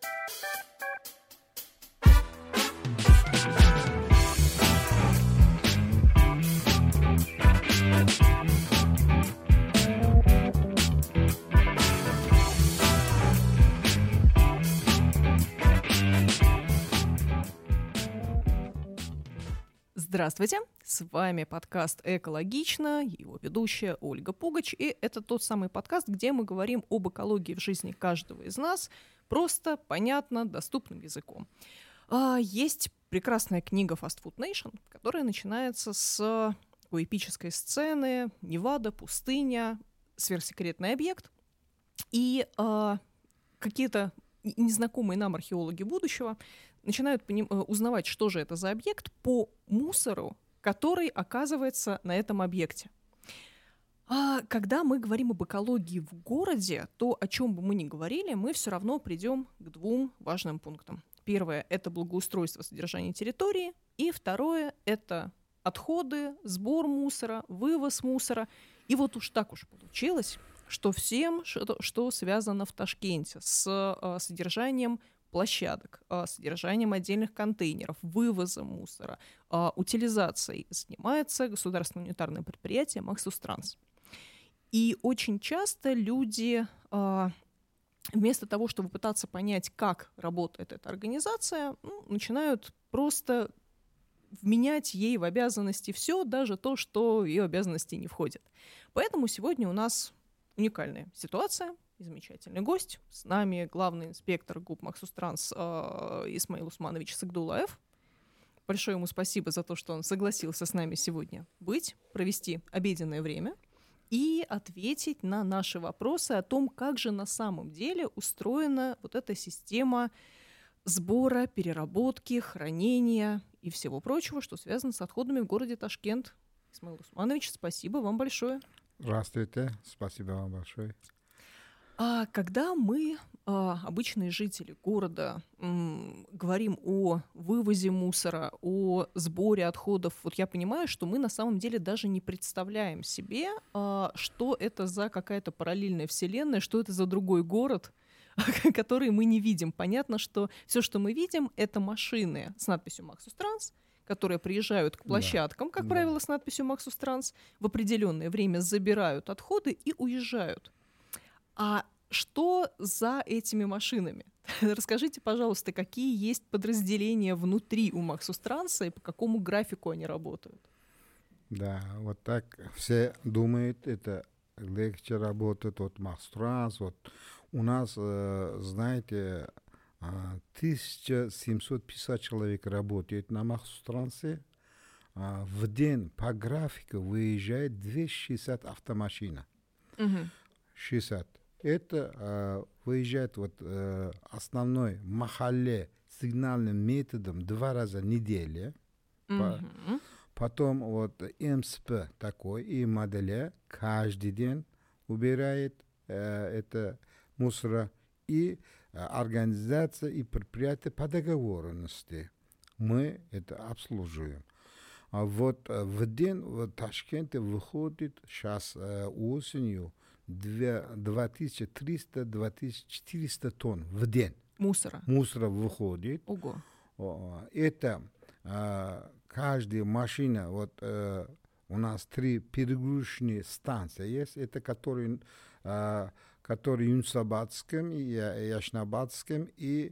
Здравствуйте, с вами подкаст «Экологично», его ведущая Ольга Пугач, и это тот самый подкаст, где мы говорим об экологии в жизни каждого из нас просто, понятно, доступным языком. Есть прекрасная книга Fast Food Nation, которая начинается с такой эпической сцены: Невада, пустыня, сверхсекретный объект, и какие-то незнакомые нам археологи будущего начинают узнавать, что же это за объект, по мусору, который оказывается на этом объекте. Когда мы говорим об экологии в городе, то, о чем бы мы ни говорили, мы все равно придем к двум важным пунктам. Первое — это благоустройство, содержание территории, и второе — это отходы, сбор мусора, вывоз мусора. И вот уж так уж получилось, что всем, что связано в Ташкенте с содержанием площадок, содержанием отдельных контейнеров, вывозом мусора, утилизацией, занимается государственное унитарное предприятие «Максустранс». И очень часто люди, вместо того, чтобы пытаться понять, как работает эта организация, начинают просто вменять ей в обязанности все, даже то, что в ее обязанности не входит. Поэтому сегодня у нас уникальная ситуация. И замечательный гость. С нами главный инспектор ГУП «Максустранс» Исмаил Усманович Сагдулаев. Большое ему спасибо за то, что он согласился с нами сегодня быть, провести обеденное время и ответить на наши вопросы о том, как же на самом деле устроена вот эта система сбора, переработки, хранения и всего прочего, что связано с отходами в городе Ташкент. Исмаил Усманович, спасибо вам большое. Здравствуйте, спасибо вам большое. Когда мы, обычные жители города, говорим о вывозе мусора, о сборе отходов, вот я понимаю, что мы на самом деле даже не представляем себе, что это за какая-то параллельная вселенная, что это за другой город, который мы не видим. Понятно, что все, что мы видим, это машины с надписью «Максустранс», которые приезжают к площадкам, как правило, с надписью «Максустранс», в определенное время забирают отходы и уезжают. А что за этими машинами? Расскажите, пожалуйста, какие есть подразделения внутри у Максустранса и по какому графику они работают? Да, вот так все думают, это легче работает от Максустранс. Вот у нас, знаете, 1750 человек работает на Максустрансе. В день по графику выезжает 260 автомашин. 60. Это выезжает основной махалле сигнальным методом 2 раза в неделю. Потом МСП такой и моделе каждый день убирает это мусора. И организация и предприятие по договоренности. Мы это обслуживаем. А вот в день в Ташкенте выходит сейчас осенью 2300-2400 тонн в день. Мусора выходит. Ого. Это каждая машина, у нас 3 перегрузочные станции есть, это которые Юнусабадском, и Яшнабадском, и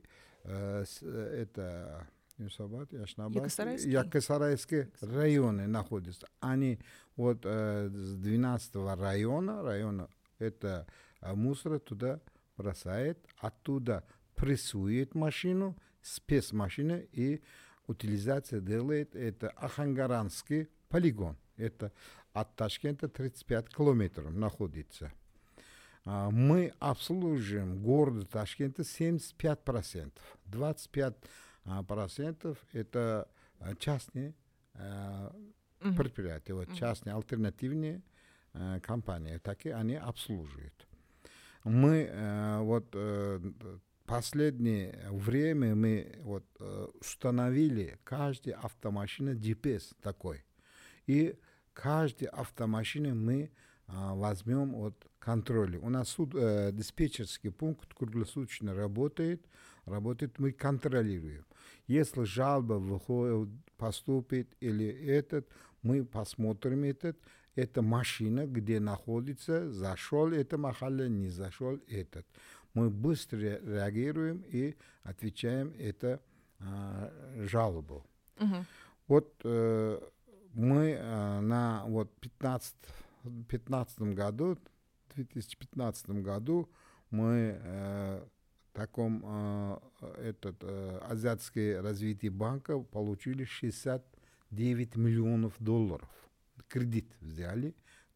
это Якосарайские районы находятся. Они с 12-го района это мусор туда бросает, оттуда прессует машину, спецмашина, и утилизация делает это Ахангаранский полигон. Это от Ташкента 35 километров находится. Мы обслуживаем город Ташкента 75%. 25% это частные предприятия, частные альтернативные компании, так и они обслуживают. Мы последнее время мы установили каждая автомашина GPS такой. И каждая автомашина мы возьмем от контроля. У нас диспетчерский пункт круглосуточно работает. работает, мы контролируем. Если жалоба выходит, поступит или мы посмотрим это машина, где находится, зашел это махалля, не зашел этот. Мы быстро реагируем и отвечаем это жалобу. Вот мы на 2015 году мы в таком Азиатский развитие банка получили $69 миллионов. Кредит взяли.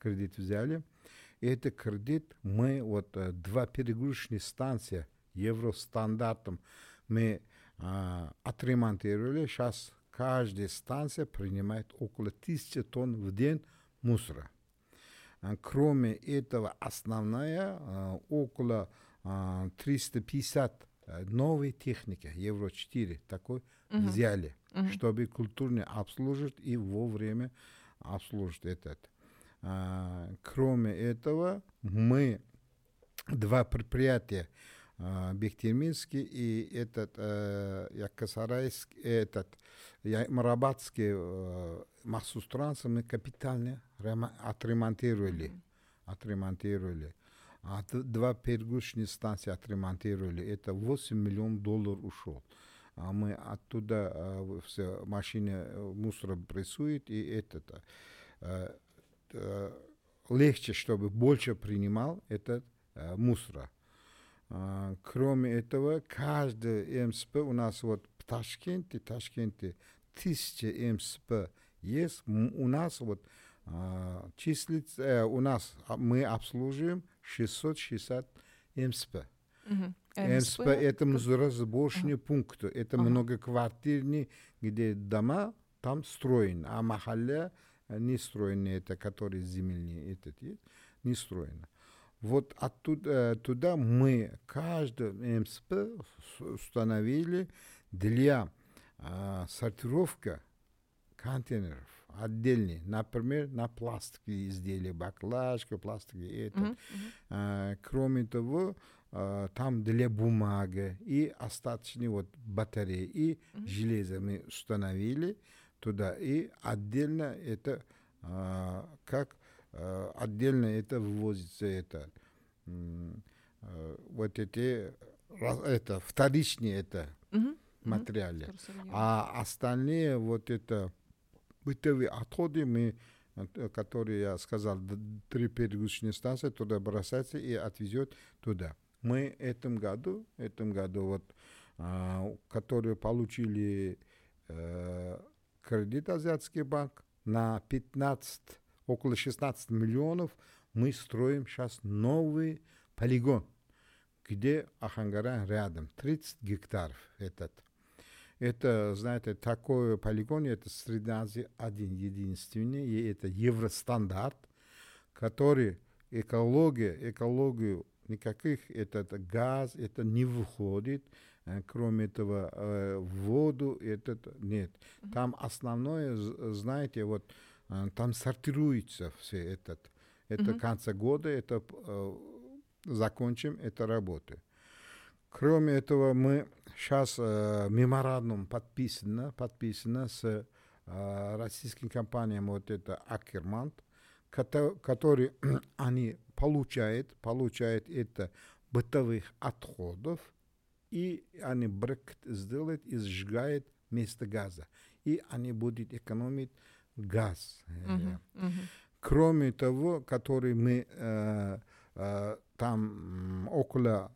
И этот кредит мы 2 перегрузочные станции евростандартом мы отремонтировали. Сейчас каждая станция принимает около 1000 тонн в день мусора. Кроме этого, основная около 350 новой техники, Евро-4, такой взяли, чтобы культурно обслуживать и вовремя обслуживать этот. Кроме этого, мы 2 предприятия, Бехтерминский и Якосарайский, Марабатский Махсустранс мы капитально отремонтировали. 2 перегрузочные станции отремонтировали. Это $8 миллионов ушел. А мы оттуда все машины мусора прессуют, и легче, чтобы больше принимал этот мусора. Кроме этого, каждый МСП у нас в Ташкенте 1000 МСП есть. У нас числится, мы обслуживаем 660 МСП. МСП это мусоросборочные пункты. Это многоквартирные, где дома там строены, а махалля не строены, это которые земельные, не строено. Вот оттуда туда мы каждый МСП установили для сортировки контейнеров отдельные, например, на пластиковые изделия, баклажка, пластиковые Кроме того, там для бумаги и остаточные батареи и железо мы установили туда. И отдельно это отдельно это вывозится вторичные материалы. А остальные бытовые отходы мы, которые я сказал, 3 перегрузочные станции туда бросается и отвезет туда. Мы этом году которые получили кредит Азиатский банк на около 16 миллионов, мы строим сейчас новый полигон, где Ахангаран рядом, 30 гектаров Это, знаете, такой полигон, это в Средней Азии единственный, и это евростандарт, который экологию никаких, газ, это не выходит, кроме этого, воду, нет. Там основное, знаете, там сортируется все это конца года, закончим эту работу. Кроме этого, мы сейчас меморандум подписано с российским компанией Акермант, который они получают это бытовых отходов, и они брикет сделают и сжигают вместо газа. И они будут экономить газ. Кроме того, который мы там около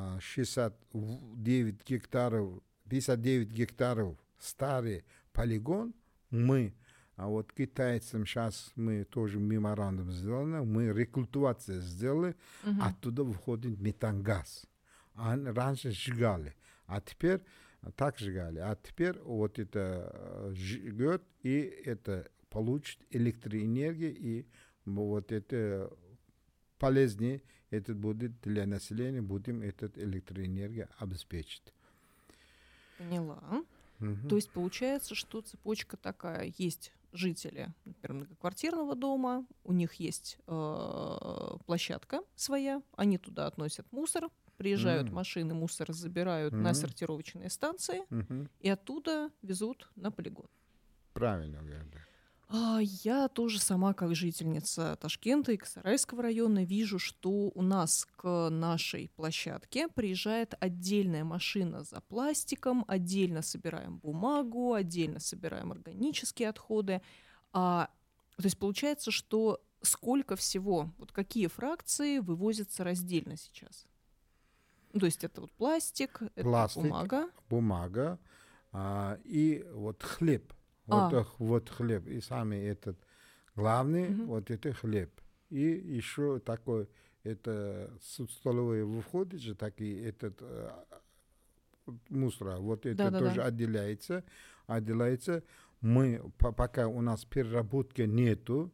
59 гектаров старый полигон, мы, китайцам сейчас мы тоже меморандум сделали, мы рекультивацию сделали, оттуда выходит метангаз. Раньше сжигали, а теперь так сжигали, а теперь это жгет, и это получит электроэнергию, и это полезнее, это будет для населения, будем электроэнергию обеспечить. Поняла. То есть получается, что цепочка такая, есть жители, например, многоквартирного дома, у них есть площадка своя, они туда относят мусор, приезжают машины, мусор забирают на сортировочные станции и оттуда везут на полигон. Правильно, верно. Я тоже сама, как жительница Ташкента и Косарайского района, вижу, что у нас к нашей площадке приезжает отдельная машина за пластиком, отдельно собираем бумагу, отдельно собираем органические отходы. То есть получается, что сколько всего, вот какие фракции вывозятся раздельно сейчас? То есть это вот пластик, это бумага и вот хлеб. Вот хлеб. И самый этот главный, вот это хлеб. И еще такой, это столовые выходит же, такие этот мусор. Вот это тоже отделяется. Мы, пока у нас переработки нету,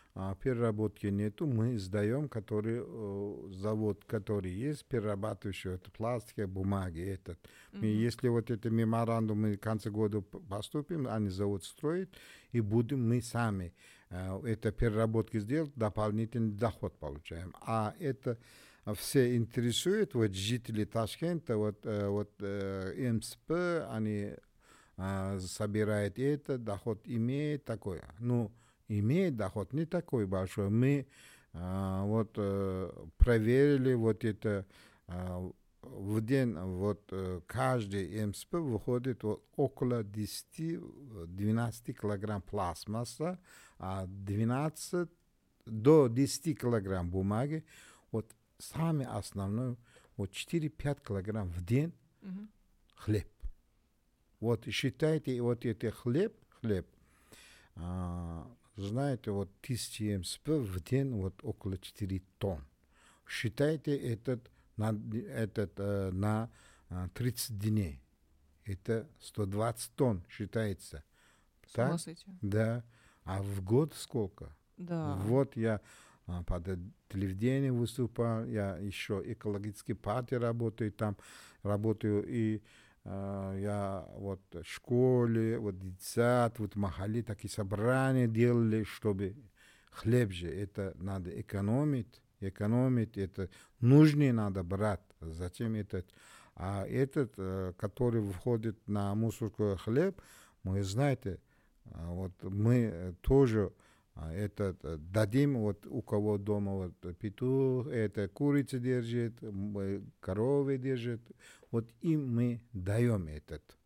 мы сдаем, завод, который есть, перерабатывающий это пластик, бумаги. Если вот это меморандум мы в конце года поступим, они завод строят, и будем мы сами это переработки сделать, дополнительный доход получаем. А это все интересует, вот жители Ташкента, вот МСП, они собирают это, доход имеет такой. Имеет доход не такой большой. Мы проверили вот это в день, каждый МСП выходит около 10-12 килограмм пластмасса, а 12 до 10 килограмм бумаги. Вот самый основной, 4-5 килограмм в день хлеб. Вот считайте, вот это хлеб, знаете, 1000 МСП в день около 4 тонн. Считайте на 30 дней. Это 120 тонн считается. Так? Да. А в год сколько? Да. Вот я по телевидению выступал, я еще экологической партии работаю, и я в школе, детсад, махали такие собрания делали, чтобы хлеб же, это надо экономить, это нужнее надо брать. Зачем этот? А который входит на мусорку хлеб, мы знаете, мы тоже дадим, у кого дома петух, это курица держит, коровы держит, им мы даем этот.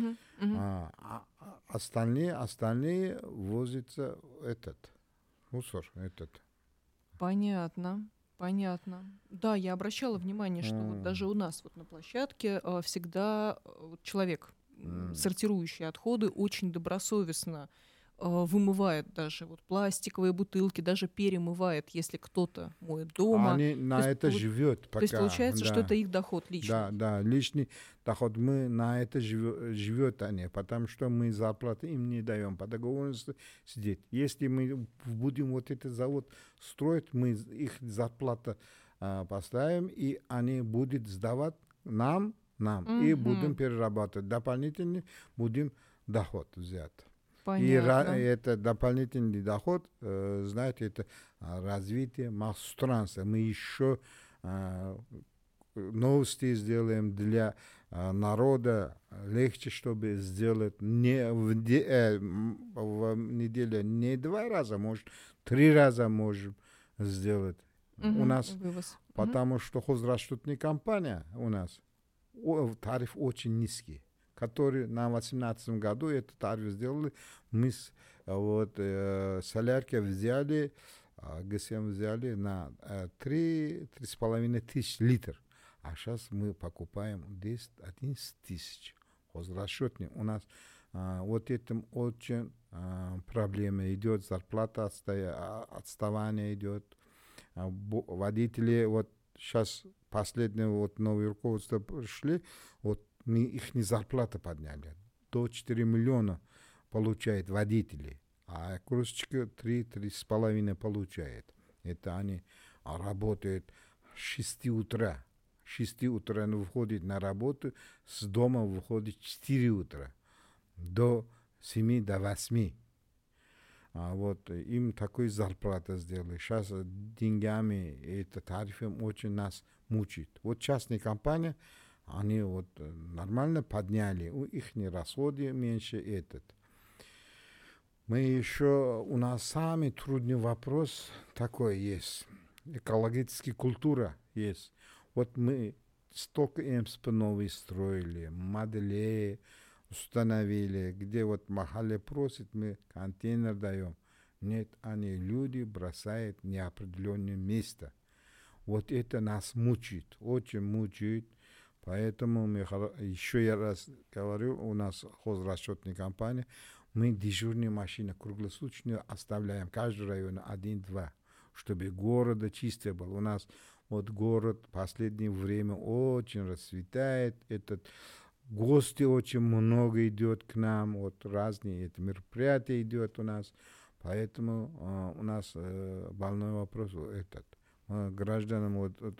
Остальные возится мусор этот. Понятно. Да, я обращала внимание, что даже у нас на площадке всегда человек, сортирующий отходы, очень добросовестно вымывает даже пластиковые бутылки, даже перемывает, если кто-то моет дома. Они на это живет пока. То есть получается, что это их доход личный. Да, личный доход. Мы на это живет они, потому что мы зарплаты им не даем. По договоренности сидеть. Если мы будем этот завод строить, мы их зарплату поставим, и они будут сдавать нам и будем перерабатывать. Дополнительно будем доход взять. Понятно. И это дополнительный доход, знаете, это развитие пространства. Мы еще новости сделаем для народа, легче, чтобы сделать не в неделю, не 2 раза, может, 3 раза можем сделать. У нас, потому что хозрасчетная компания у нас, тариф очень низкий, который на 2018 году этот тариф сделали. Мы солярки взяли, ГСМ взяли на 3-3,5 тысяч литров. А сейчас мы покупаем 10-11 тысяч. Хозрасчетный. У нас этим очень проблема идет, зарплата отставание идет. Водители, сейчас последнее новое руководство пришли, мы их зарплату подняли. До 4 миллиона получают водители, а грузчики 3-3,5 получают. Это они работают с 6 утра. 6 утра выходит на работу, с дома выходит 4 утра. До 7 до 8. Вот им такой зарплату сделали. Сейчас деньгами это тарифом очень нас мучает. Вот частные компании, они вот нормально подняли, у их расходы меньше этот. Мы еще, у нас самый трудный вопрос такой есть. Экологическая культура есть. Вот мы столько МСП новые строили, модели установили, где вот махале просит, мы контейнер даем. Нет, они люди бросают в неопределенное место. Вот это нас мучает, очень мучает. Поэтому мы, еще я раз говорю, у нас хозрасчетная компания, мы дежурные машины круглосуточно оставляем, каждый район 1-2, чтобы город чистый был. У нас вот город в последнее время очень расцветает, гости очень много идет к нам, вот разные мероприятия идет у нас, поэтому у нас больной вопрос этот. Гражданам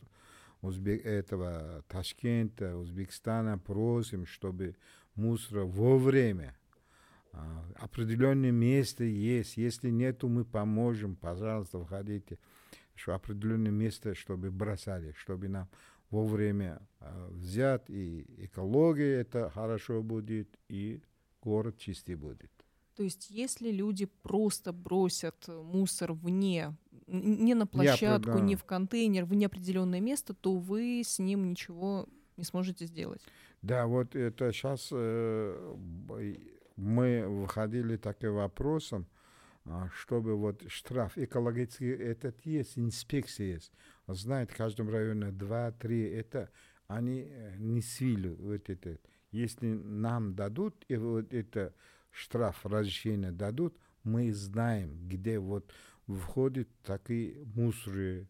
этого Ташкента, Узбекистана просим, чтобы мусор вовремя. Определенное место есть. Если нету, мы поможем. Пожалуйста, входите. Что определенное место, чтобы бросали, чтобы нам вовремя взять. И экология это хорошо будет, и город чистый будет. То есть если люди просто бросят мусор вне, не на площадку, не в контейнер, в неопределенное место, то вы с ним ничего не сможете сделать? Да, вот это сейчас мы выходили таким вопросом, чтобы вот штраф экологический, этот есть, инспекция есть. Знает, в каждом районе 2-3, это они не свили. Вот это. Если нам дадут, и вот это штраф, разрешение дадут, мы знаем, где вот входят такие мусоры.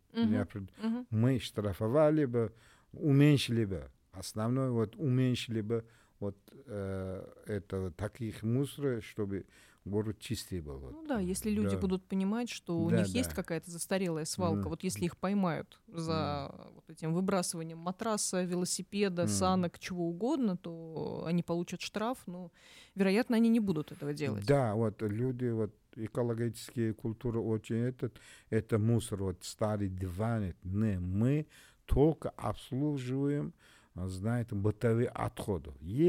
Мы штрафовали бы, уменьшили бы. Основное вот уменьшили бы вот это таких мусоров, чтобы город чистый был. Вот. Ну да, если люди будут понимать, что у них есть какая-то застарелая свалка, вот если их поймают за вот этим выбрасыванием матраса, велосипеда, санок, чего угодно, то они получат штраф, но, вероятно, они не будут этого делать. Да, вот люди, вот экологические культуры очень это мусор, вот старый диван, мы только обслуживаем, знаете, бытовые отходы.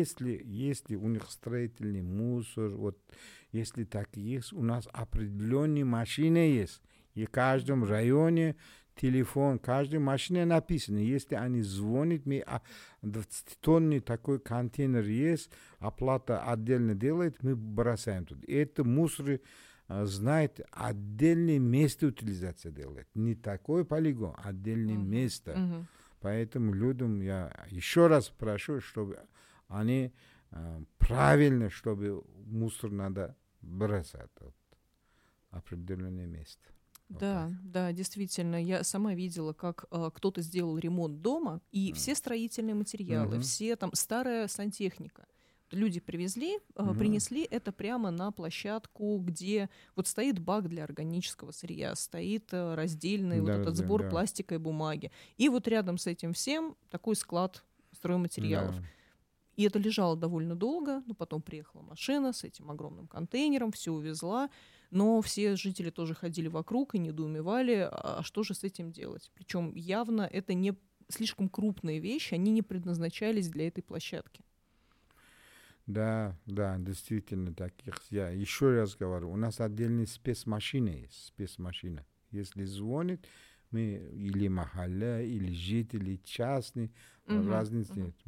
Если у них строительный мусор, вот если так есть, у нас определенные машины есть. И в каждом районе телефон, каждой машине написано. Если они звонят, мы 20-тонный такой контейнер есть, оплата отдельно делает, мы бросаем туда. Это мусоры, знает, отдельное место утилизация делает. Не такой полигон, отдельное место. Поэтому людям я еще раз прошу, чтобы они правильно, чтобы мусор надо бросать в определенное место. Да, вот да, действительно. Я сама видела, как кто-то сделал ремонт дома, и все строительные материалы, все там старая сантехника. Люди привезли, принесли это прямо на площадку, где вот стоит бак для органического сырья, стоит раздельный вот этот сбор пластика и бумаги. И вот рядом с этим всем такой склад стройматериалов. И это лежало довольно долго, но потом приехала машина с этим огромным контейнером, все увезла, но все жители тоже ходили вокруг и недоумевали, а что же с этим делать. Причем явно это не слишком крупные вещи, они не предназначались для этой площадки. Да, действительно, таких. Я еще раз говорю, у нас отдельные спецмашины есть, спецмашина. Если звонит, мы или махалля, или жители частные, разницы нет.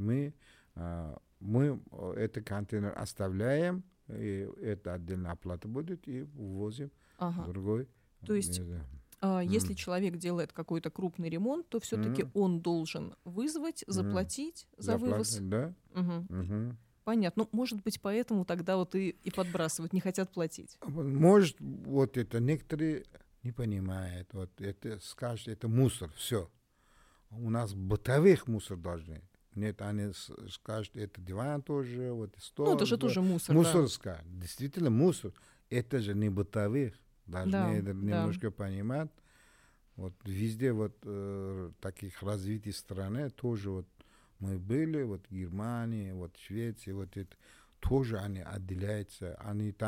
Мы этот контейнер оставляем, и это отдельная оплата будет, и увозим в другой. То есть, если человек делает какой-то крупный ремонт, то все-таки он должен вызвать, заплатить за вывоз. Да. Понятно. Ну, может быть, поэтому тогда вот и подбрасывают, не хотят платить. Может, вот это некоторые не понимают. Вот это скажут, это мусор, все. У нас бытовых мусор должны. Нет, они скажут, это диван тоже, вот стол. Ну, это же тоже мусор. Мусор скажут. Действительно мусор. Это же не бытовых. Должны немножко понимать. Вот везде вот таких развитых стран тоже вот мы были, вот в Германии, вот в Швеции, вот это тоже они отделяются, они там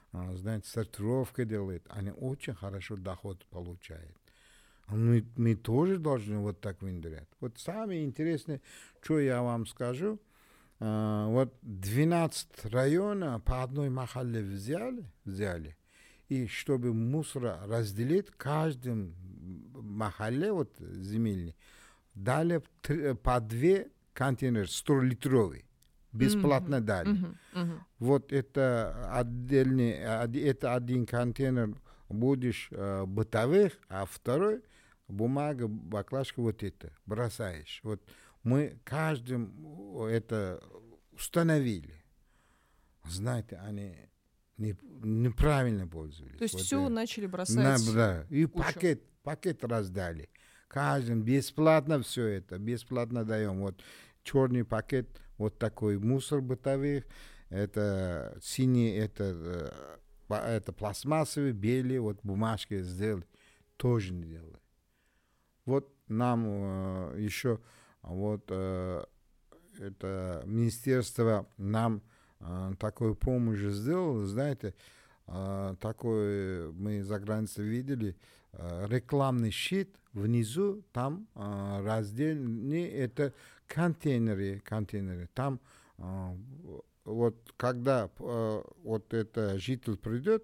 знаете, сортировка делают, они очень хорошо доход получают. Мы тоже должны вот так внедрять. Вот самое интересное, что я вам скажу, вот 12 районов по одной махалле взяли, и чтобы мусор разделить, каждым махалле, вот земельный, дали по 2 контейнера 100-литровые. Бесплатно дали. Вот это отдельный, это один контейнер будешь бытовых, а второй бумага, баклажка вот это бросаешь. Вот мы каждым это установили. Знаете, они неправильно пользовались. То есть вот все начали бросать. Да. И кучу. пакет раздали. Каждым бесплатно все это, бесплатно даем. Вот черный пакет, вот такой мусор бытовых, это синий, это пластмассовый, белый, вот бумажки сделали, тоже не делали. Вот нам еще вот это министерство нам такую помощь сделало, знаете, такой мы за границей видели, рекламный щит, внизу там раздельные, это контейнеры, там вот когда вот это житель придет,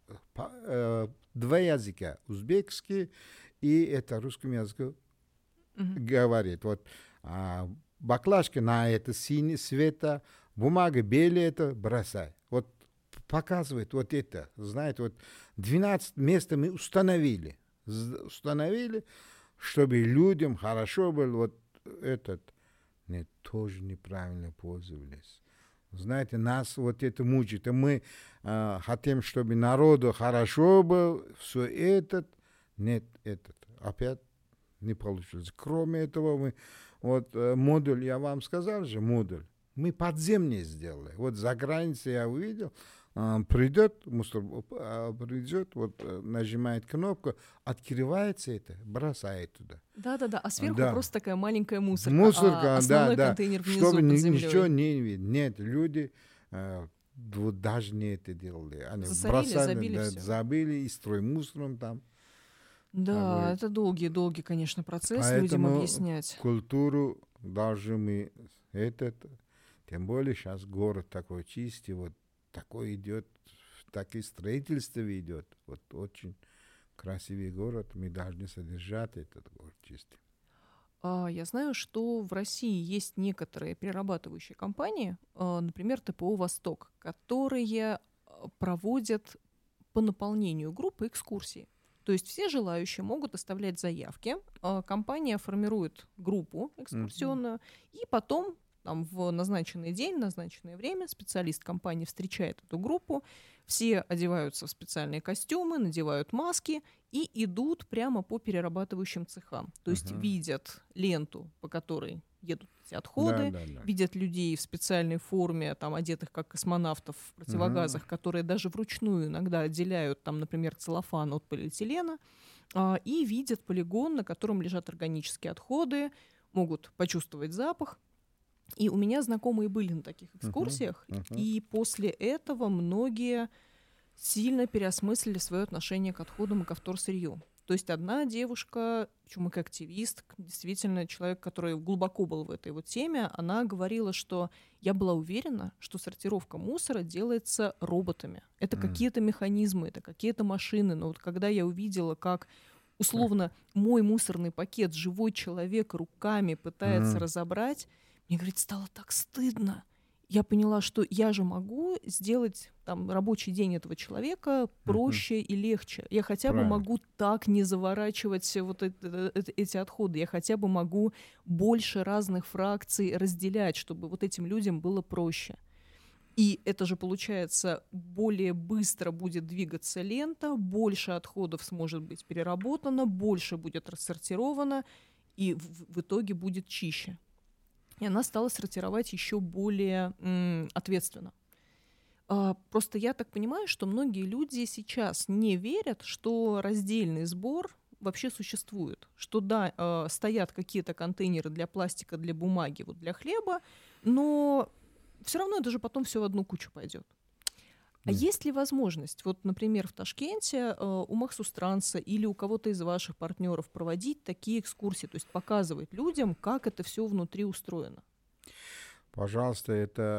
2 языка, узбекский и это русским языком говорит. Вот баклажка на это синий цвета, бумага белая, это бросай. Вот показывает вот это, знаете, вот 12 мест мы установили, чтобы людям хорошо было, вот этот, нет, тоже неправильно пользовались. Знаете, нас вот это мучит, и мы хотим, чтобы народу хорошо было, все этот, нет, этот, опять не получилось. Кроме этого, мы, вот модуль, я вам сказал же, модуль, мы подземный сделали. Вот за границей я увидел, придет, мусор придет, вот нажимает кнопку, открывается это, бросает туда. Да-да-да, а сверху просто такая маленькая мусорка, Мусорка, а основной да, контейнер внизу чтобы под землей. ничего не видно. Нет, люди вот даже не это делали. Они Засорили, бросали, забили да, всё. забили и строймусором там. Да, это долгий, конечно, процесс людям Поэтому объяснять. культуру должны мы тем более сейчас город такой чистый, вот такой идет, так и строительство идет. Вот очень красивый город, мы должны содержать этот город чистый. Я знаю, что в России есть некоторые перерабатывающие компании, например, ТПО «Восток», которые проводят по наполнению группы экскурсии. То есть все желающие могут оставлять заявки, компания формирует группу экскурсионную, и потом там, в назначенный день, назначенное время специалист компании встречает эту группу, все одеваются в специальные костюмы, надевают маски и идут прямо по перерабатывающим цехам. То есть видят ленту, по которой едут эти отходы, видят людей в специальной форме, там, одетых как космонавтов в противогазах, которые даже вручную иногда отделяют, там, например, целлофан от полиэтилена, и видят полигон, на котором лежат органические отходы, могут почувствовать запах. И у меня знакомые были на таких экскурсиях, и после этого многие сильно переосмыслили свое отношение к отходам и ко вторсырью. То есть одна девушка, причем и как активист, действительно человек, который глубоко был в этой вот теме, она говорила, что я была уверена, что сортировка мусора делается роботами. Это какие-то механизмы, это какие-то машины. Но вот когда я увидела, как условно мой мусорный пакет живой человек руками пытается разобрать, мне, говорит, стало так стыдно. Я поняла, что я же могу сделать там рабочий день этого человека проще и легче. Я хотя бы могу так не заворачивать вот эти отходы. Я хотя бы могу больше разных фракций разделять, чтобы вот этим людям было проще. И это же, получается, более быстро будет двигаться лента, больше отходов сможет быть переработано, больше будет рассортировано, и в итоге будет чище. И она стала сортировать еще более ответственно. Просто я так понимаю, что многие люди сейчас не верят, что раздельный сбор вообще существует. Что да, стоят какие-то контейнеры для пластика, для бумаги, вот для хлеба, но все равно это же потом все в одну кучу пойдет. А есть ли возможность, вот, например, в Ташкенте у Махсустранса или у кого-то из ваших партнеров проводить такие экскурсии, то есть показывать людям, как это все внутри устроено? Пожалуйста,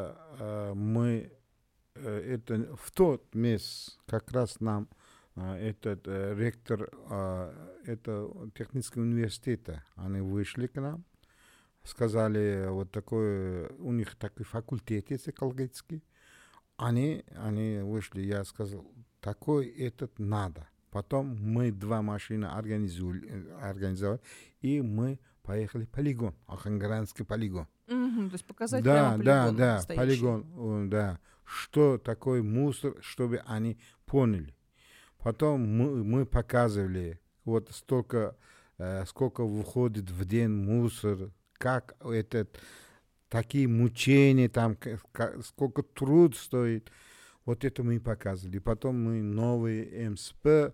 это в тот месяц как раз нам этот ректор это технического университета, они вышли к нам, сказали, вот такой, у них такой факультет есть экологический, они вышли, я сказал, такой этот надо. Потом мы 2 машины организовали, и мы поехали в полигон, Ахангаранский полигон. Мгм, то есть показать прямо Да, да, полигон да, настоящий. полигон, да. Что такое мусор, чтобы они поняли. Потом мы показывали, вот сколько выходит в день мусор, как такие мучения, там, сколько труд стоит. Вот это мы показывали. Потом мы новый МСП,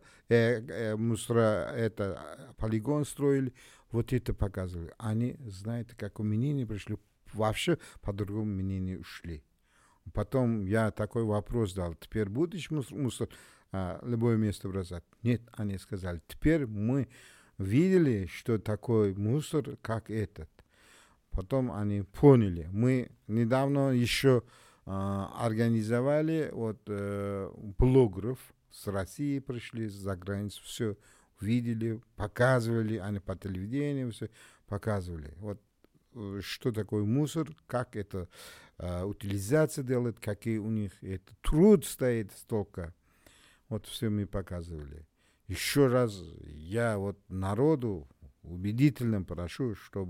полигон строили. Вот это показывали. Они, знаете, как у мнения пришли, вообще по другому мнению ушли. Потом я такой вопрос дал. Теперь будешь мусор любое место бросать? Нет, они сказали. Теперь мы видели, что такой мусор, как этот. Потом они поняли. Мы недавно еще организовали блогеров с России пришли, за границу, все видели, показывали, они по телевидению все показывали. Вот что такое мусор, как это утилизация делает, какие у них это труд стоит столько. Вот все мы показывали. Еще раз я вот народу убедительно прошу,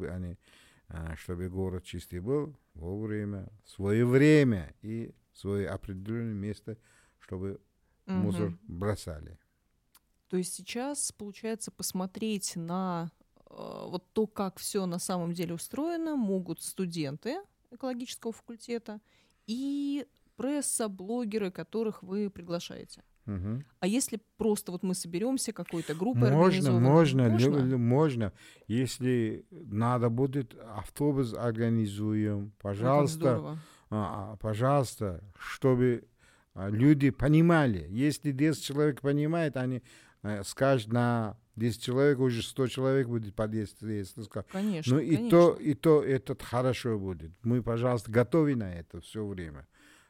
чтобы город чистый был вовремя, свое время и свое определенное место, чтобы мусор бросали. То есть сейчас, получается, посмотреть на вот то, как все на самом деле устроено, могут студенты экологического факультета и пресса, блогеры, которых вы приглашаете. Угу. А если просто вот мы соберемся какой-то группой Можно, организованной, можно. Если надо будет, автобус организуем, Ой, как пожалуйста, здорово. пожалуйста, чтобы люди понимали. Если 10 человек понимает, они скажут, на 10 человек уже 100 человек будет по 10, если скажут. Конечно, Ну конечно. и то этот хорошо будет. Мы, пожалуйста, готовы на это все время.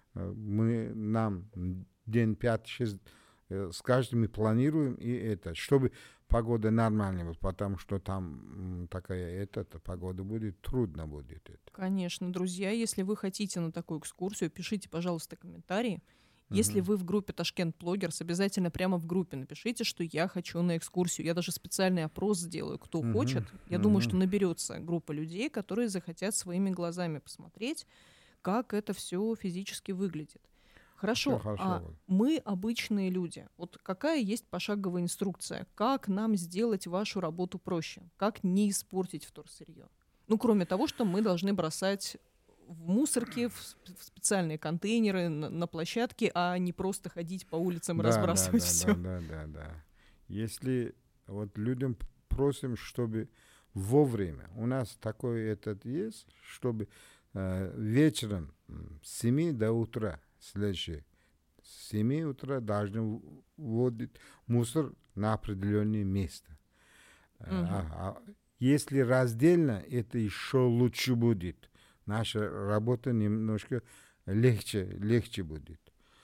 Нам день 5-6 скажем, мы планируем и это, чтобы погода нормальная была, потому что там такая погода будет, трудно будет это. Конечно, друзья, если вы хотите на такую экскурсию, пишите, пожалуйста, комментарии. Если вы в группе Ташкент Блогерс, обязательно прямо в группе напишите, что я хочу на экскурсию. Я даже специальный опрос сделаю, кто хочет. Я думаю, что наберется группа людей, которые захотят своими глазами посмотреть, как это все физически выглядит. Хорошо, а мы обычные люди. Вот какая есть пошаговая инструкция? Как нам сделать вашу работу проще? Как не испортить вторсырье? Ну, кроме того, что мы должны бросать в мусорки, в специальные контейнеры на площадке, а не просто ходить по улицам и разбрасывать все. Да. Если вот людям просим, чтобы вовремя, у нас такой есть, чтобы вечером с 7 до утра, следующее, с 7 утра должны вводить мусор на определенное место. Если раздельно, это еще лучше будет. Наша работа немножко легче будет.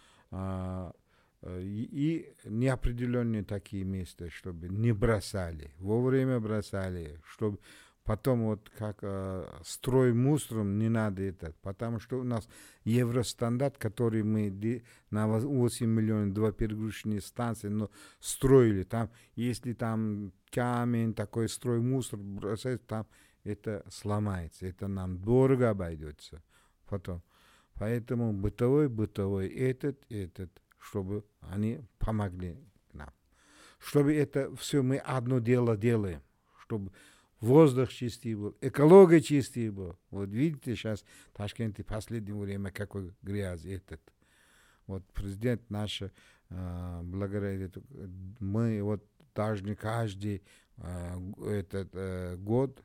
И неопределенные такие места, чтобы не бросали, вовремя бросали, чтобы потом вот как строй мусором не надо это, потому что у нас евростандарт, который мы на 8 миллионов 2 перегрузочные станции строили, там, если там камень, такой строй мусор бросать, там это сломается, это нам дорого обойдется потом. Поэтому бытовой этот, чтобы они помогли нам. Чтобы это все мы одно дело делаем, чтобы воздух чистый был, экология чистый был. Вот видите, сейчас в Ташкенте в последнее время какой грязь этот. Вот президент наш, благодаря мы вот должны каждый этот год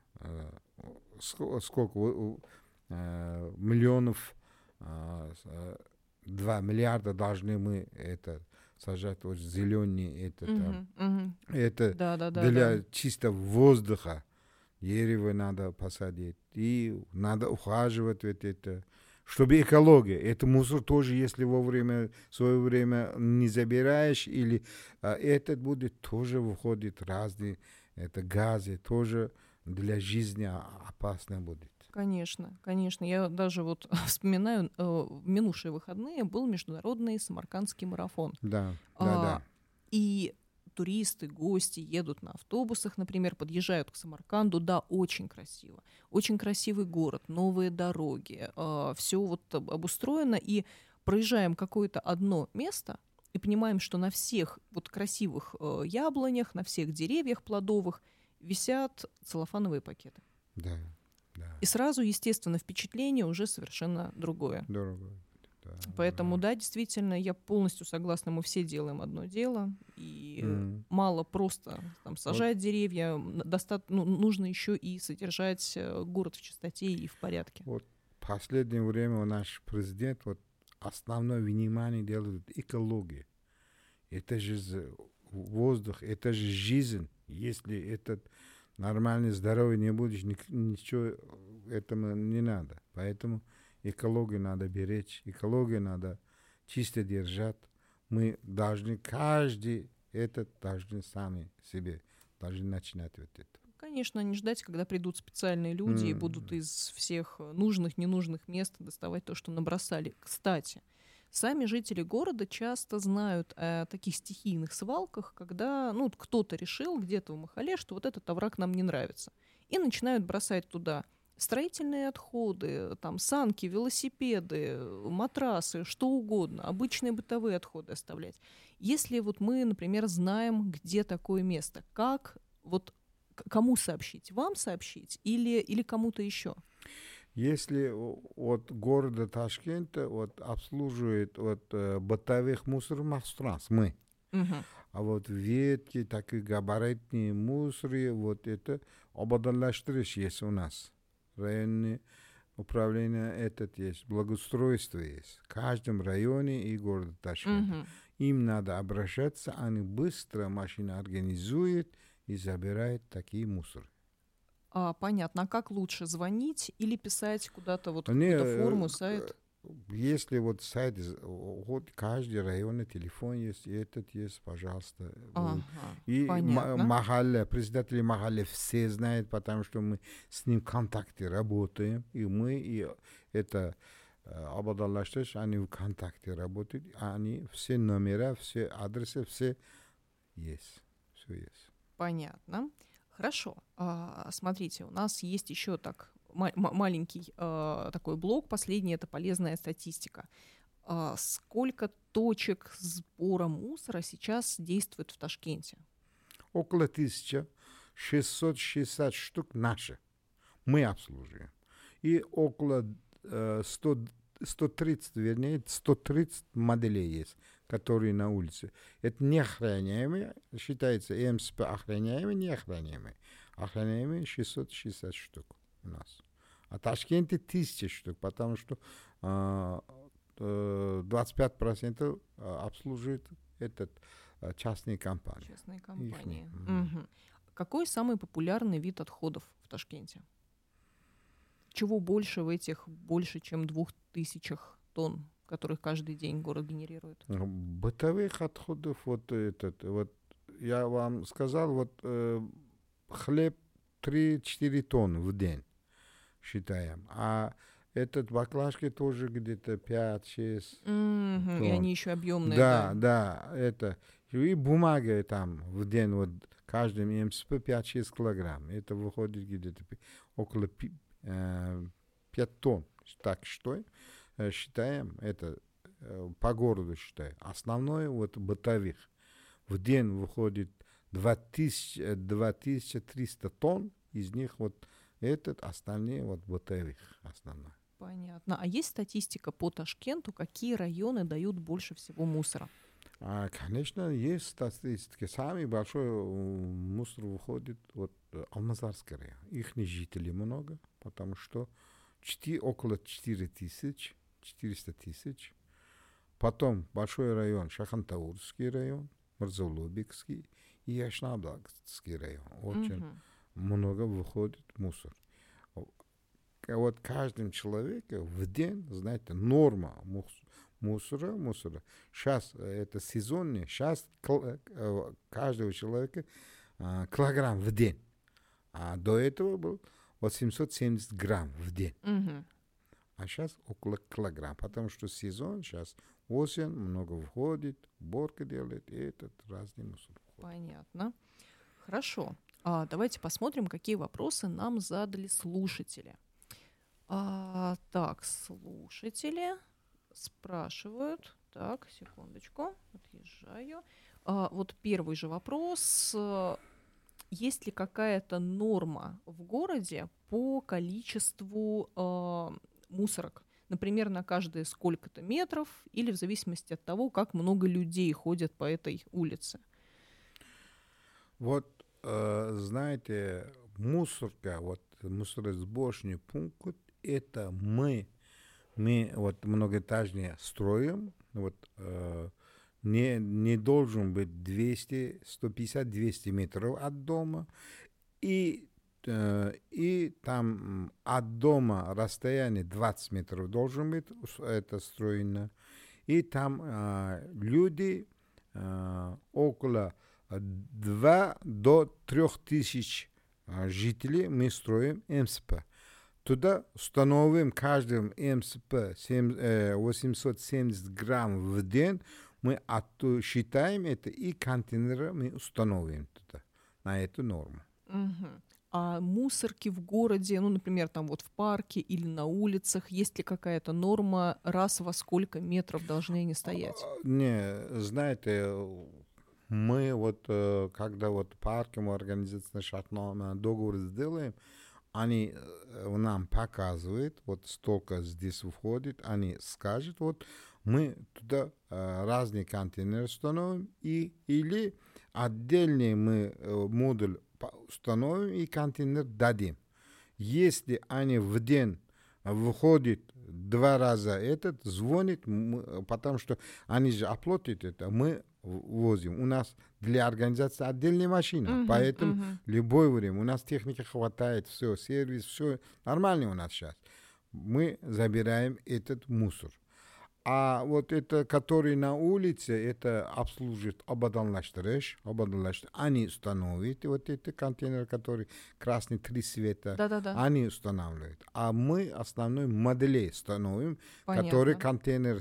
сколько миллионов 2 миллиарда должны мы это сажать, вот зеленый, это там. Это для чистого воздуха. Дерево надо посадить. И надо ухаживать вот это. Чтобы экология. Это мусор тоже, если вовремя, в свое время не забираешь, или этот будет тоже выходит разные это газы, тоже для жизни опасно будет. Конечно, конечно. Я даже вот вспоминаю, в минувшие выходные был международный самаркандский марафон. Да, да. И туристы, гости едут на автобусах, например, подъезжают к Самарканду. Да, очень красиво. Очень красивый город, новые дороги. Все вот обустроено. И проезжаем какое-то одно место и понимаем, что на всех вот красивых яблонях, на всех деревьях плодовых висят целлофановые пакеты. Да. И сразу, естественно, впечатление уже совершенно другое. Другое. Поэтому, да, действительно, я полностью согласна, мы все делаем одно дело, и мало просто там, сажать деревья, нужно еще и содержать город в чистоте и в порядке. Вот в последнее время наш президент вот, основное внимание делает экологии. Это же воздух, это же жизнь. Если этот нормальный, здоровый не будешь, ничего этому не надо. Поэтому экологию надо беречь, экологию надо чисто держать. Мы должны, каждый должны сами себе, должны начинать вот это. Конечно, не ждать, когда придут специальные люди и будут из всех нужных, ненужных мест доставать то, что набросали. Кстати, сами жители города часто знают о таких стихийных свалках, когда кто-то решил где-то в Махале, что вот этот овраг нам не нравится. И начинают бросать туда строительные отходы, там, санки, велосипеды, матрасы, что угодно, обычные бытовые отходы оставлять. Если вот мы, например, знаем, где такое место, как вот кому сообщить? Вам сообщить или кому-то еще? Если от города Ташкента обслуживает бытовых мусорных транс, мы. А вот ветки, такие габаритные мусоры, вот это обладалаштырыш есть у нас. Районное управление этот есть, благоустройство есть. В каждом районе и городе Ташкента. Им надо обращаться, они быстро машина организуют и забирают такие мусоры. Понятно. А как лучше, звонить или писать куда-то вот какую-то форму, сайт? Если вот сайт, вот каждый районный телефон есть, и этот есть, пожалуйста. И Махалля, председатели Махалля все знают, потому что мы с ним в контакте работаем, и мы, и это обладалаштырыш, они в контакте работают, они все номера, все адресы, все есть. Все есть. Понятно. Хорошо. Смотрите, у нас есть еще маленький такой блок. Последний — это полезная статистика. Сколько точек сбора мусора сейчас действует в Ташкенте? Около 1660 штук наши. Мы обслуживаем. И около 130 моделей есть, которые на улице. Это неохраняемые, считается МСП охраняемые, неохраняемые. Охраняемые 660 штук у нас. А в Ташкенте 1000 штук, потому что 25% обслуживает частные компании. Частные компании. Какой самый популярный вид отходов в Ташкенте? Чего больше в этих больше, чем 2000 тонн, которых каждый день город генерирует? Бытовых отходов, вот я вам сказал, хлеб 3-4 тонны в день считаем. А этот баклажки тоже где-то 5-6 тонн. И они еще объемные. Да, это. И бумага там в день, вот каждый МСП 5-6 килограмм. Это выходит где-то около 5 тонн. Так что считаем, это по городу считаем. Основное бытовых. В день выходит 2300 тонн, из них остальные бытовых основные. Понятно. А есть статистика по Ташкенту, какие районы дают больше всего мусора? Конечно, есть статистика. Самый большой мусор выходит Алмазарский район. Их жителей много, потому что около 400 тысяч. Потом большой район, Шахантаурский район, Мырзаулубекский и Яшнаблакский район. Очень много выходит мусор. Вот каждым человеком в день, знаете, норма мусора. Сейчас это сезонный, сейчас каждого человека килограмм в день. А до этого был 870 грамм в день. А сейчас около килограмма, потому что сезон, сейчас осень, много входит, уборка делает, и этот разный мусор. Понятно. Хорошо. Давайте посмотрим, какие вопросы нам задали слушатели. Так, слушатели спрашивают. Так, секундочку, отъезжаю. Вот первый же вопрос. Есть ли какая-то норма в городе по количеству мусорок? Например, на каждые сколько-то метров или в зависимости от того, как много людей ходят по этой улице? Вот, знаете, мусорка, вот мусоросборочный пункт, это мы вот многоэтажные строим, вот не должен быть 200, 150, 200 метров от дома, и там от дома расстояние 20 метров должен быть, это строено, и там люди около 2 до 3 тысяч жителей мы строим МСП. Туда установим каждым МСП 870 грамм в день. Мы считаем это и контейнеры мы установим туда, на эту норму. А мусорки в городе, ну, например, там вот в парке или на улицах, есть ли какая-то норма, раз во сколько метров должны они стоять? Не, знаете, мы вот, когда вот парки мы организационно шатно договор сделаем, они нам показывают, вот столько здесь входит, они скажут, вот мы туда разные контейнеры установим, или отдельный мы модуль установим и контейнер дадим. Если они в день выходят 2 раза этот, звонит, потому что они же оплатят это, мы возим. У нас для организации отдельная машина, поэтому любое время у нас техники хватает, все, сервис, все нормально у нас сейчас. Мы забираем этот мусор. А вот это, который на улице, это обслуживает ободалнаштырыш. Они устанавливают вот эти контейнеры, которые красные 3 цвета. Они устанавливают. А мы основной модели установим, который контейнер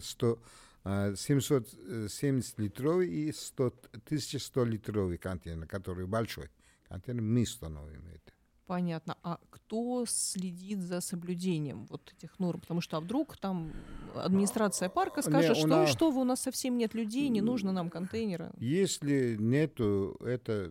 770 литровый и 1100 литровый контейнер, который большой. Контейнер мы установим это. Понятно. А кто следит за соблюдением вот этих норм? Потому что вдруг там администрация парка скажет, что вы, у нас совсем нет людей, не нужно нам контейнеры. Если нету, это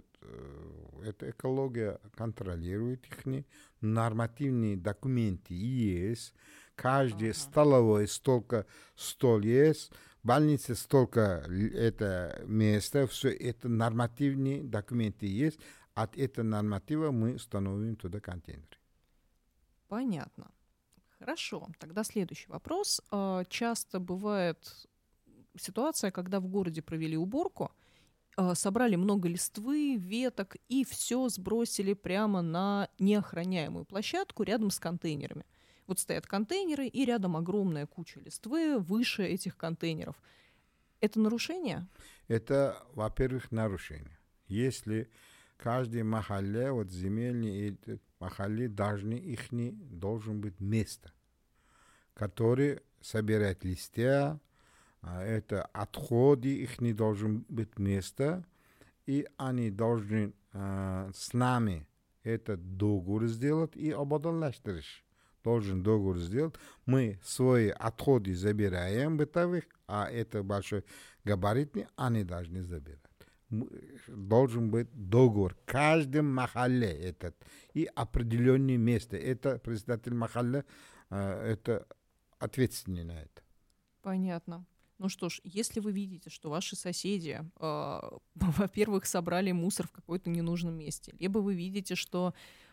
экология контролирует их, нормативные документы есть, каждый столовой столько стол есть, в больнице столько это место, все это нормативные документы есть. От этого норматива мы установим туда контейнеры. Понятно. Хорошо. Тогда следующий вопрос. Часто бывает ситуация, когда в городе провели уборку, собрали много листвы, веток и все сбросили прямо на неохраняемую площадку рядом с контейнерами. Вот стоят контейнеры, и рядом огромная куча листвы выше этих контейнеров. Это нарушение? Это, во-первых, нарушение. Если каждый махалле, вот земельный махалле, должен быть место, которое собирает листья, это отходы, их не должен быть место, и они должны с нами этот договор сделать и ободалнаштырыш. Должен договор сделать. Мы свои отходы забираем бытовых, а это большой габаритный, они должны забирать. Должен быть договор. Каждым махалле этот. И определенное место. Это председатель махалле, это ответственный на это. Понятно. Ну что ж, если вы видите, что ваши соседи, во-первых, собрали мусор в какой-то ненужном месте, либо вы видите, что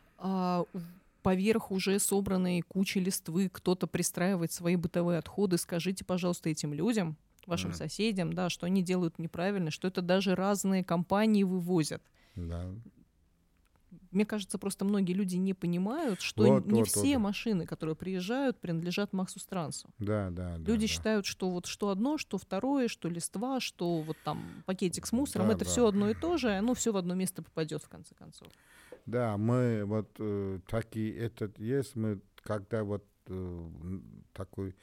поверх уже собранной кучи листвы кто-то пристраивает свои бытовые отходы, скажите, пожалуйста, этим людям, вашим соседям, да, что они делают неправильно, что это даже разные компании вывозят. Да. Мне кажется, просто многие люди не понимают, что не все машины, которые приезжают, принадлежат Максус Трансу. Да, да, да. Люди считают, что вот что одно, что второе, что листва, что вот там пакетик с мусором, это все одно и то же, и оно все в одно место попадет в конце концов. Да, мы вот такие, этот есть, мы когда вот такой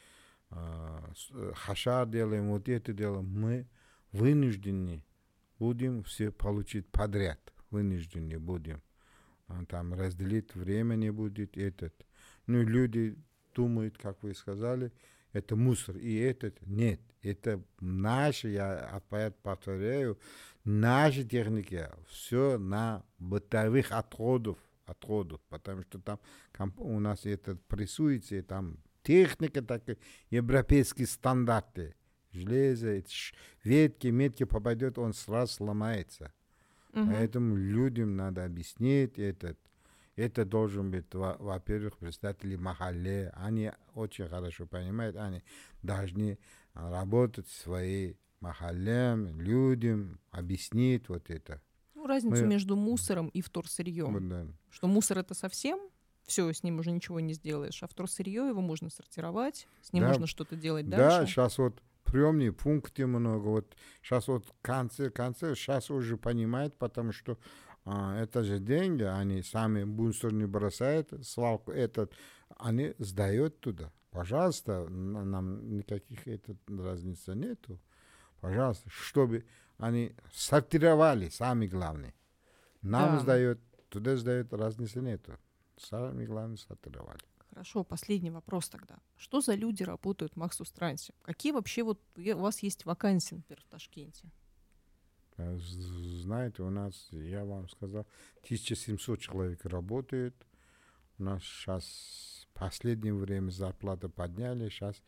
хашар делаем, вот это делаем, мы вынуждены будем все получить подряд, вынуждены будем. Там разделить время не будет этот. Ну, люди думают, как вы сказали, это мусор, и этот нет. Это наши, я опять повторяю, наши техники, все на бытовых отходов, потому что там у нас это прессуется, там техника такая, европейские стандарты, железо, ветки, метки попадет, он сразу сломается. Поэтому людям надо объяснить этот. Это должен быть, во-первых, представители махалле. Они очень хорошо понимают, они должны работать своей махаллем, людям, объяснить вот это. Ну, разницу между мусором и вторсырьем. Да. Что мусор это совсем, все, с ним уже ничего не сделаешь, а вторсырье его можно сортировать, с ним можно что-то делать дальше. Да, сейчас вот приемные пункты много. Вот сейчас вот в конце, сейчас уже понимают, потому что это же деньги, они сами мусор не бросают, свалку этот, они сдают туда. Пожалуйста, нам никаких разницы нету. Пожалуйста, чтобы они сортировали, самое главное. Нам сдают, туда сдают, разницы нету. Самое главное, сортировали. Хорошо, последний вопрос тогда. Что за люди работают в Максус Трансе? Какие вообще вот у вас есть вакансии, например, в Ташкенте? Знаете, у нас, я вам сказал, 1700 человек работает. У нас сейчас в последнее время зарплату подняли, сейчас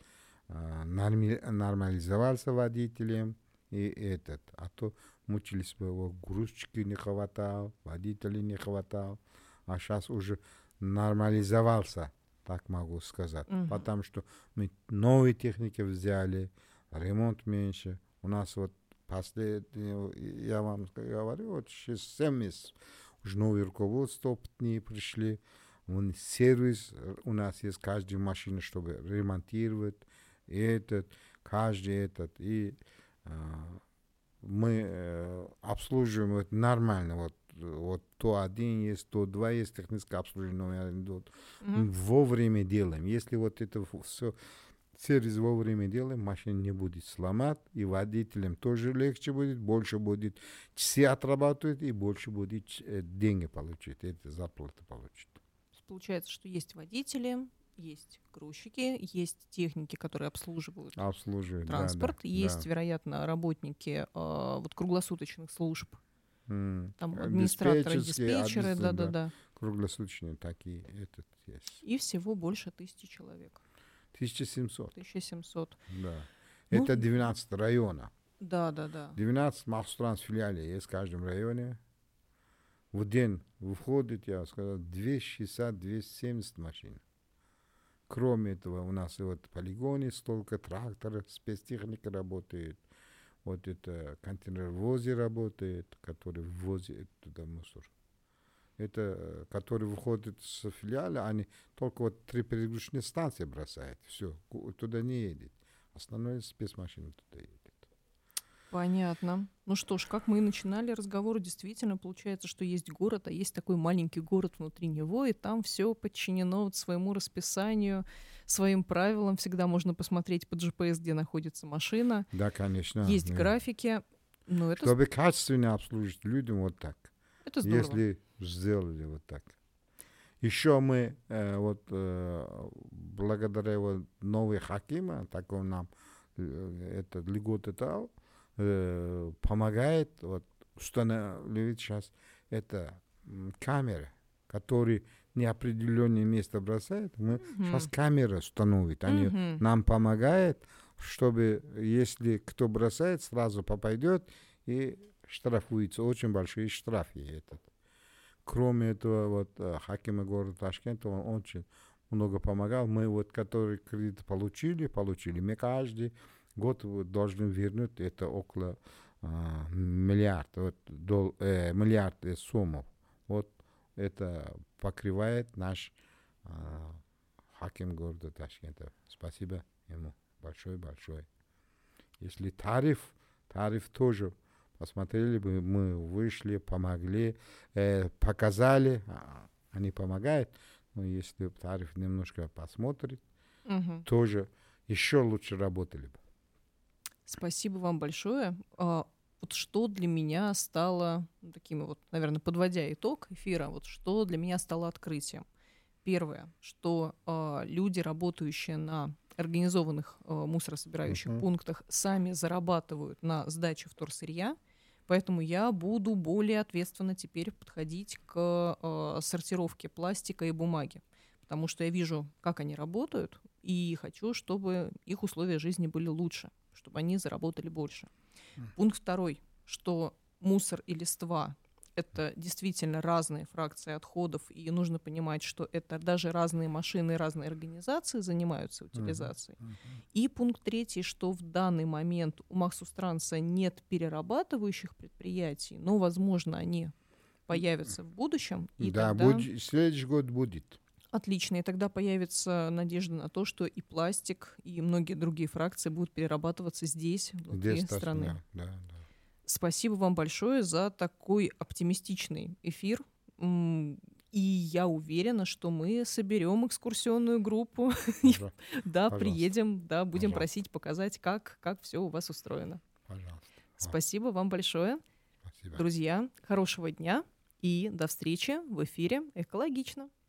нормализовался водителем и этот. А то мучились бы, его грузчики не хватало, водителей не хватало. А сейчас уже нормализовался, так могу сказать. Потому что мы новые техники взяли, ремонт меньше. У нас вот последние, я вам говорю, вот 6-7 месяцев уже новые руководства опытные пришли. Сервис у нас есть, каждая машина, чтобы ремонтировать. Каждый этот. И мы обслуживаем вот нормально. Вот то один есть, то два есть, техническое обслуживание. Вовремя делаем. Если вот это все сервис вовремя делаем, машина не будет сломать, и водителям тоже легче будет, больше будет часы отрабатывать, и больше будет деньги получить, это зарплату получить. Получается, что есть водители, есть грузчики, есть техники, которые обслуживают транспорт, есть, вероятно, работники вот круглосуточных служб. Там администраторы, диспетчеры, да. Круглосуточные такие, этот есть. И всего больше 1000 человек. 1700. 1700. Да. Это 12 района. Да. 12 Максус Транс филиалей есть в каждом районе. В день выходит, я сказал, 260-270 машин. Кроме этого, у нас и вот в полигоне столько тракторов, спецтехника работает. Вот это контейнеровозе работает, который ввозит туда мусор. Это, который выходит с филиала, они только вот 3 перегрузочные станции бросают. Все, туда не едет. Основная спецмашина туда едет. Понятно. Ну что ж, как мы и начинали разговор, действительно получается, что есть город, а есть такой маленький город внутри него, и там все подчинено вот своему расписанию, своим правилам. Всегда можно посмотреть по GPS, где находится машина. Да, конечно. Есть графики. Но это... Чтобы качественно обслужить людям вот так. Это здорово. Если сделали вот так. Еще мы благодаря вот новой хакима, так он нам этот льготы дал, помогает вот установить сейчас это камеры, которые неопределенное место бросают. Мы сейчас камеры установим. Они нам помогают, чтобы если кто бросает, сразу попадет и штрафуется. Очень большие штрафы этот. Кроме этого, вот хакима города Ташкента, он очень много помогал. Мы вот, которые кредит получили, мы каждый год вы должны вернуть, это около миллиард, миллиард сумму. Вот это покрывает наш хаким города Ташкента. Спасибо ему большое. Если тариф тоже посмотрели бы, мы вышли, помогли, показали, они помогают, но если тариф немножко посмотрит, тоже еще лучше работали бы. Спасибо вам большое. Вот что для меня стало таким вот, наверное, подводя итог эфира, вот что для меня стало открытием. Первое, что люди, работающие на организованных мусорособирающих пунктах, сами зарабатывают на сдаче вторсырья, поэтому я буду более ответственно теперь подходить к сортировке пластика и бумаги, потому что я вижу, как они работают, и хочу, чтобы их условия жизни были лучше, чтобы они заработали больше. Пункт второй, что мусор и листва — это действительно разные фракции отходов, и нужно понимать, что это даже разные машины, разные организации занимаются утилизацией. И пункт третий, что в данный момент у Махсустранса нет перерабатывающих предприятий, но, возможно, они появятся в будущем. И да, тогда... следующий год будет. Отлично, и тогда появится надежда на то, что и пластик, и многие другие фракции будут перерабатываться здесь, внутри страны. Да. Спасибо вам большое за такой оптимистичный эфир. И я уверена, что мы соберем экскурсионную группу. Да, приедем, да, будем просить показать, как все у вас устроено. Пожалуйста. Спасибо вам большое. Спасибо. Друзья, хорошего дня и до встречи в эфире «Экологично».